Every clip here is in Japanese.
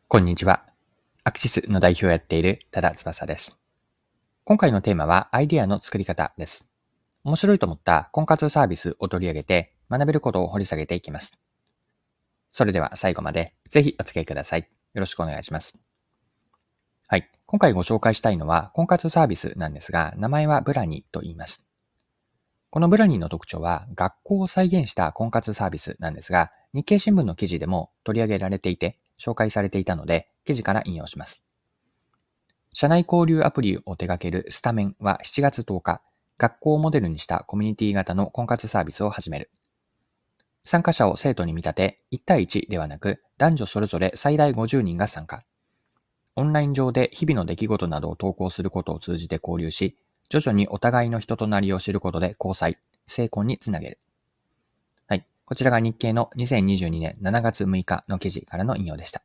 こんにちは。アクシスの代表をやっている多田翼です。今回のテーマはアイデアの作り方です。面白いと思った婚活サービスを取り上げて学べることを掘り下げていきます。それでは最後までぜひお付き合いください。よろしくお願いします。はい。今回ご紹介したいのは婚活サービスなんですが、名前はブラニーと言います。このブラニーの特徴は学校を再現した婚活サービスなんですが、日経新聞の記事でも取り上げられていて紹介されていたので、記事から引用します。社内交流アプリを手掛けるスタメンは7月10日、学校をモデルにしたコミュニティ型の婚活サービスを始める。参加者を生徒に見立て、1対1ではなく、男女それぞれ最大50人が参加。オンライン上で日々の出来事などを投稿することを通じて交流し、徐々にお互いの人となりを知ることで交際、成婚につなげる。はい。こちらが日経の2022年7月6日の記事からの引用でした。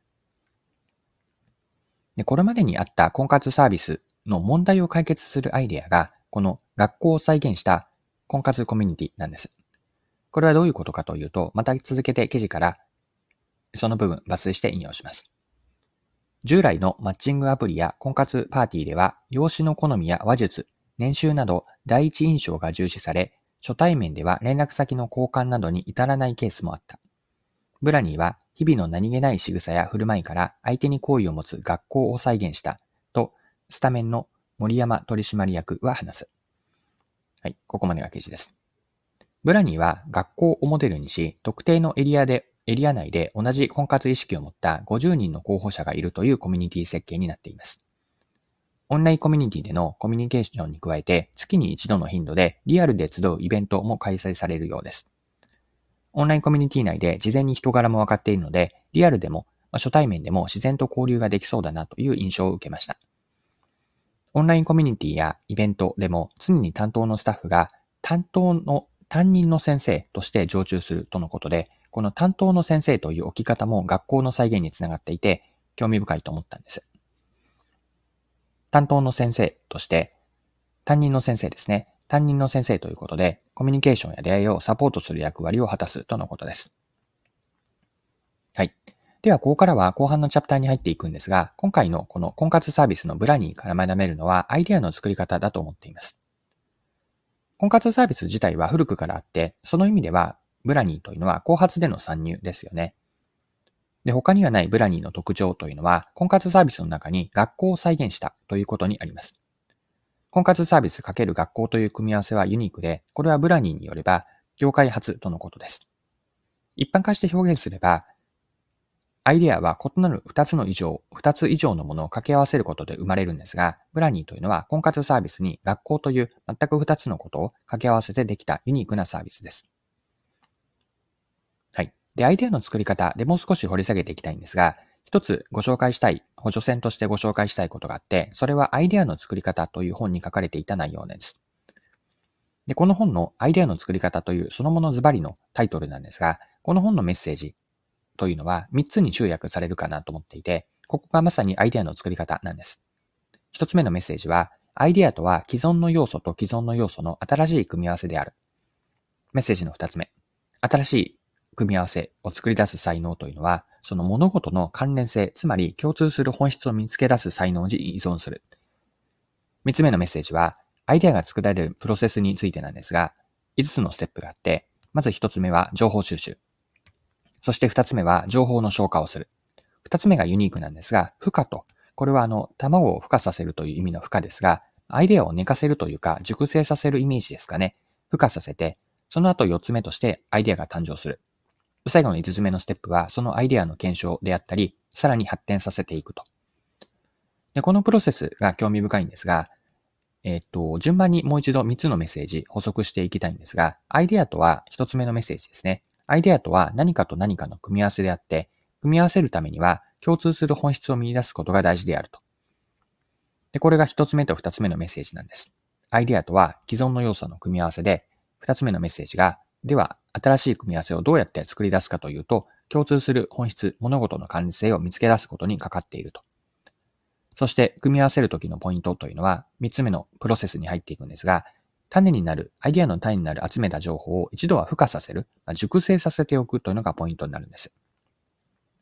で、これまでにあった婚活サービスの問題を解決するアイデアが、この学校を再現した婚活コミュニティなんです。これはどういうことかというと、また続けて記事からその部分抜粋して引用します。従来のマッチングアプリや婚活パーティーでは、容姿の好みや話術、年収など第一印象が重視され、初対面では連絡先の交換などに至らないケースもあった。ブラニーは日々の何気ない仕草や振る舞いから相手に好意を持つ学校を再現したとスタメンの森山取締役は話す。はい、ここまでが記事です。ブラニーは学校をモデルにし、特定のエリア内で同じ婚活意識を持った50人の候補者がいるというコミュニティ設計になっています。オンラインコミュニティでのコミュニケーションに加えて、月に一度の頻度でリアルで集うイベントも開催されるようです。オンラインコミュニティ内で事前に人柄も分かっているので、リアルでも、初対面でも自然と交流ができそうだなという印象を受けました。オンラインコミュニティやイベントでも常に担当のスタッフが担任の先生として常駐するとのことで、この担当の先生という置き方も学校の再現につながっていて興味深いと思ったんです。担当の先生として、担任の先生ですね。担任の先生ということで、コミュニケーションや出会いをサポートする役割を果たすとのことです。はい。では、ここからは後半のチャプターに入っていくんですが、今回のこの婚活サービスのブラニーから学べるのはアイデアの作り方だと思っています。婚活サービス自体は古くからあって、その意味ではブラニーというのは後発での参入ですよね。で、他にはないブラニーの特徴というのは、婚活サービスの中に学校を再現したということにあります。婚活サービス×学校という組み合わせはユニークで、これはブラニーによれば、業界初とのことです。一般化して表現すれば、アイデアは異なる2つ以上のものを掛け合わせることで生まれるんですが、ブラニーというのは婚活サービスに学校という全く2つのことを掛け合わせてできたユニークなサービスです。はい。で、アイデアの作り方でもう少し掘り下げていきたいんですが、一つご紹介したい、補助線としてご紹介したいことがあって、それはアイデアの作り方という本に書かれていた内容です。で、この本のアイデアの作り方というそのものズバリのタイトルなんですが、この本のメッセージというのは3つに集約されるかなと思っていて、ここがまさにアイデアの作り方なんです。1つ目のメッセージは、アイデアとは既存の要素と既存の要素の新しい組み合わせである。メッセージの2つ目、新しい組み合わせを作り出す才能というのは、その物事の関連性、つまり共通する本質を見つけ出す才能に依存する。3つ目のメッセージは、アイデアが作られるプロセスについてなんですが、5つのステップがあって、まず1つ目は情報収集。そして2つ目は情報の消化をする。2つ目がユニークなんですが、孵化と。これは卵を孵化させるという意味の孵化ですが、アイデアを寝かせるというか、熟成させるイメージですかね。孵化させて、その後4つ目としてアイデアが誕生する。最後の5つ目のステップは、そのアイデアの検証であったり、さらに発展させていくと。で、このプロセスが興味深いんですが、順番にもう一度3つのメッセージ補足していきたいんですが、アイデアとは1つ目のメッセージですね。アイデアとは何かと何かの組み合わせであって、組み合わせるためには共通する本質を見出すことが大事であると。で、これが1つ目と2つ目のメッセージなんです。アイデアとは既存の要素の組み合わせで、2つ目のメッセージが、では新しい組み合わせをどうやって作り出すかというと、共通する本質、物事の関連性を見つけ出すことにかかっていると。そして、組み合わせるときのポイントというのは、3つ目のプロセスに入っていくんですが、アイデアの種になる集めた情報を一度は孵化させる、熟成させておくというのがポイントになるんです。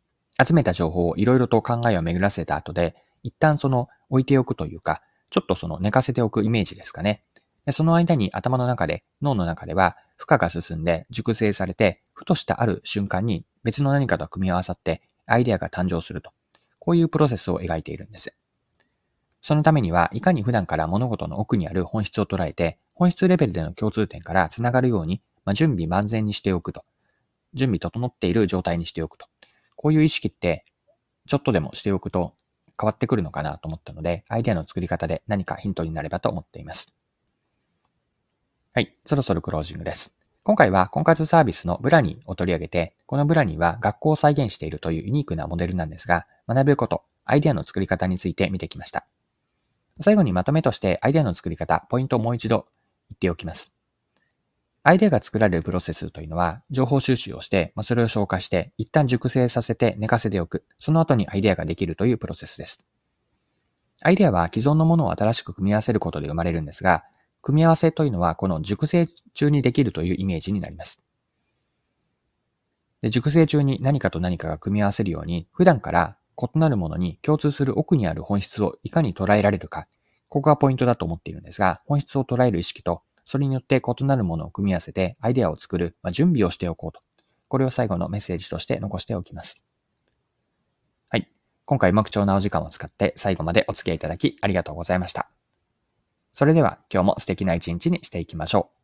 集めた情報をいろいろと考えを巡らせた後で、一旦置いておくというか、ちょっと寝かせておくイメージですかね。でその間に頭の中で、脳の中では負荷が進んで熟成されて、ふとしたある瞬間に別の何かと組み合わさってアイデアが誕生すると。こういうプロセスを描いているんです。そのためには、いかに普段から物事の奥にある本質を捉えて、本質レベルでの共通点からつながるように、準備万全にしておくと。準備整っている状態にしておくと。こういう意識って、ちょっとでもしておくと変わってくるのかなと思ったので、アイデアの作り方で何かヒントになればと思っています。はい、そろそろクロージングです。今回は婚活サービスのブラニーを取り上げて、このブラニーは学校を再現しているというユニークなモデルなんですが、学べること、アイデアの作り方について見てきました。最後にまとめとしてアイデアの作り方、ポイントをもう一度言っておきます。アイデアが作られるプロセスというのは、情報収集をして、それを消化して、一旦熟成させて寝かせておく。その後にアイデアができるというプロセスです。アイデアは既存のものを新しく組み合わせることで生まれるんですが、組み合わせというのはこの熟成中にできるというイメージになります。で、熟成中に何かと何かが組み合わせるように、普段から異なるものに共通する奥にある本質をいかに捉えられるか、ここがポイントだと思っているんですが、本質を捉える意識と、それによって異なるものを組み合わせてアイデアを作る、準備をしておこうと。これを最後のメッセージとして残しておきます。はい。今回も貴重なお時間を使って最後までお付き合いいただきありがとうございました。それでは今日も素敵な一日にしていきましょう。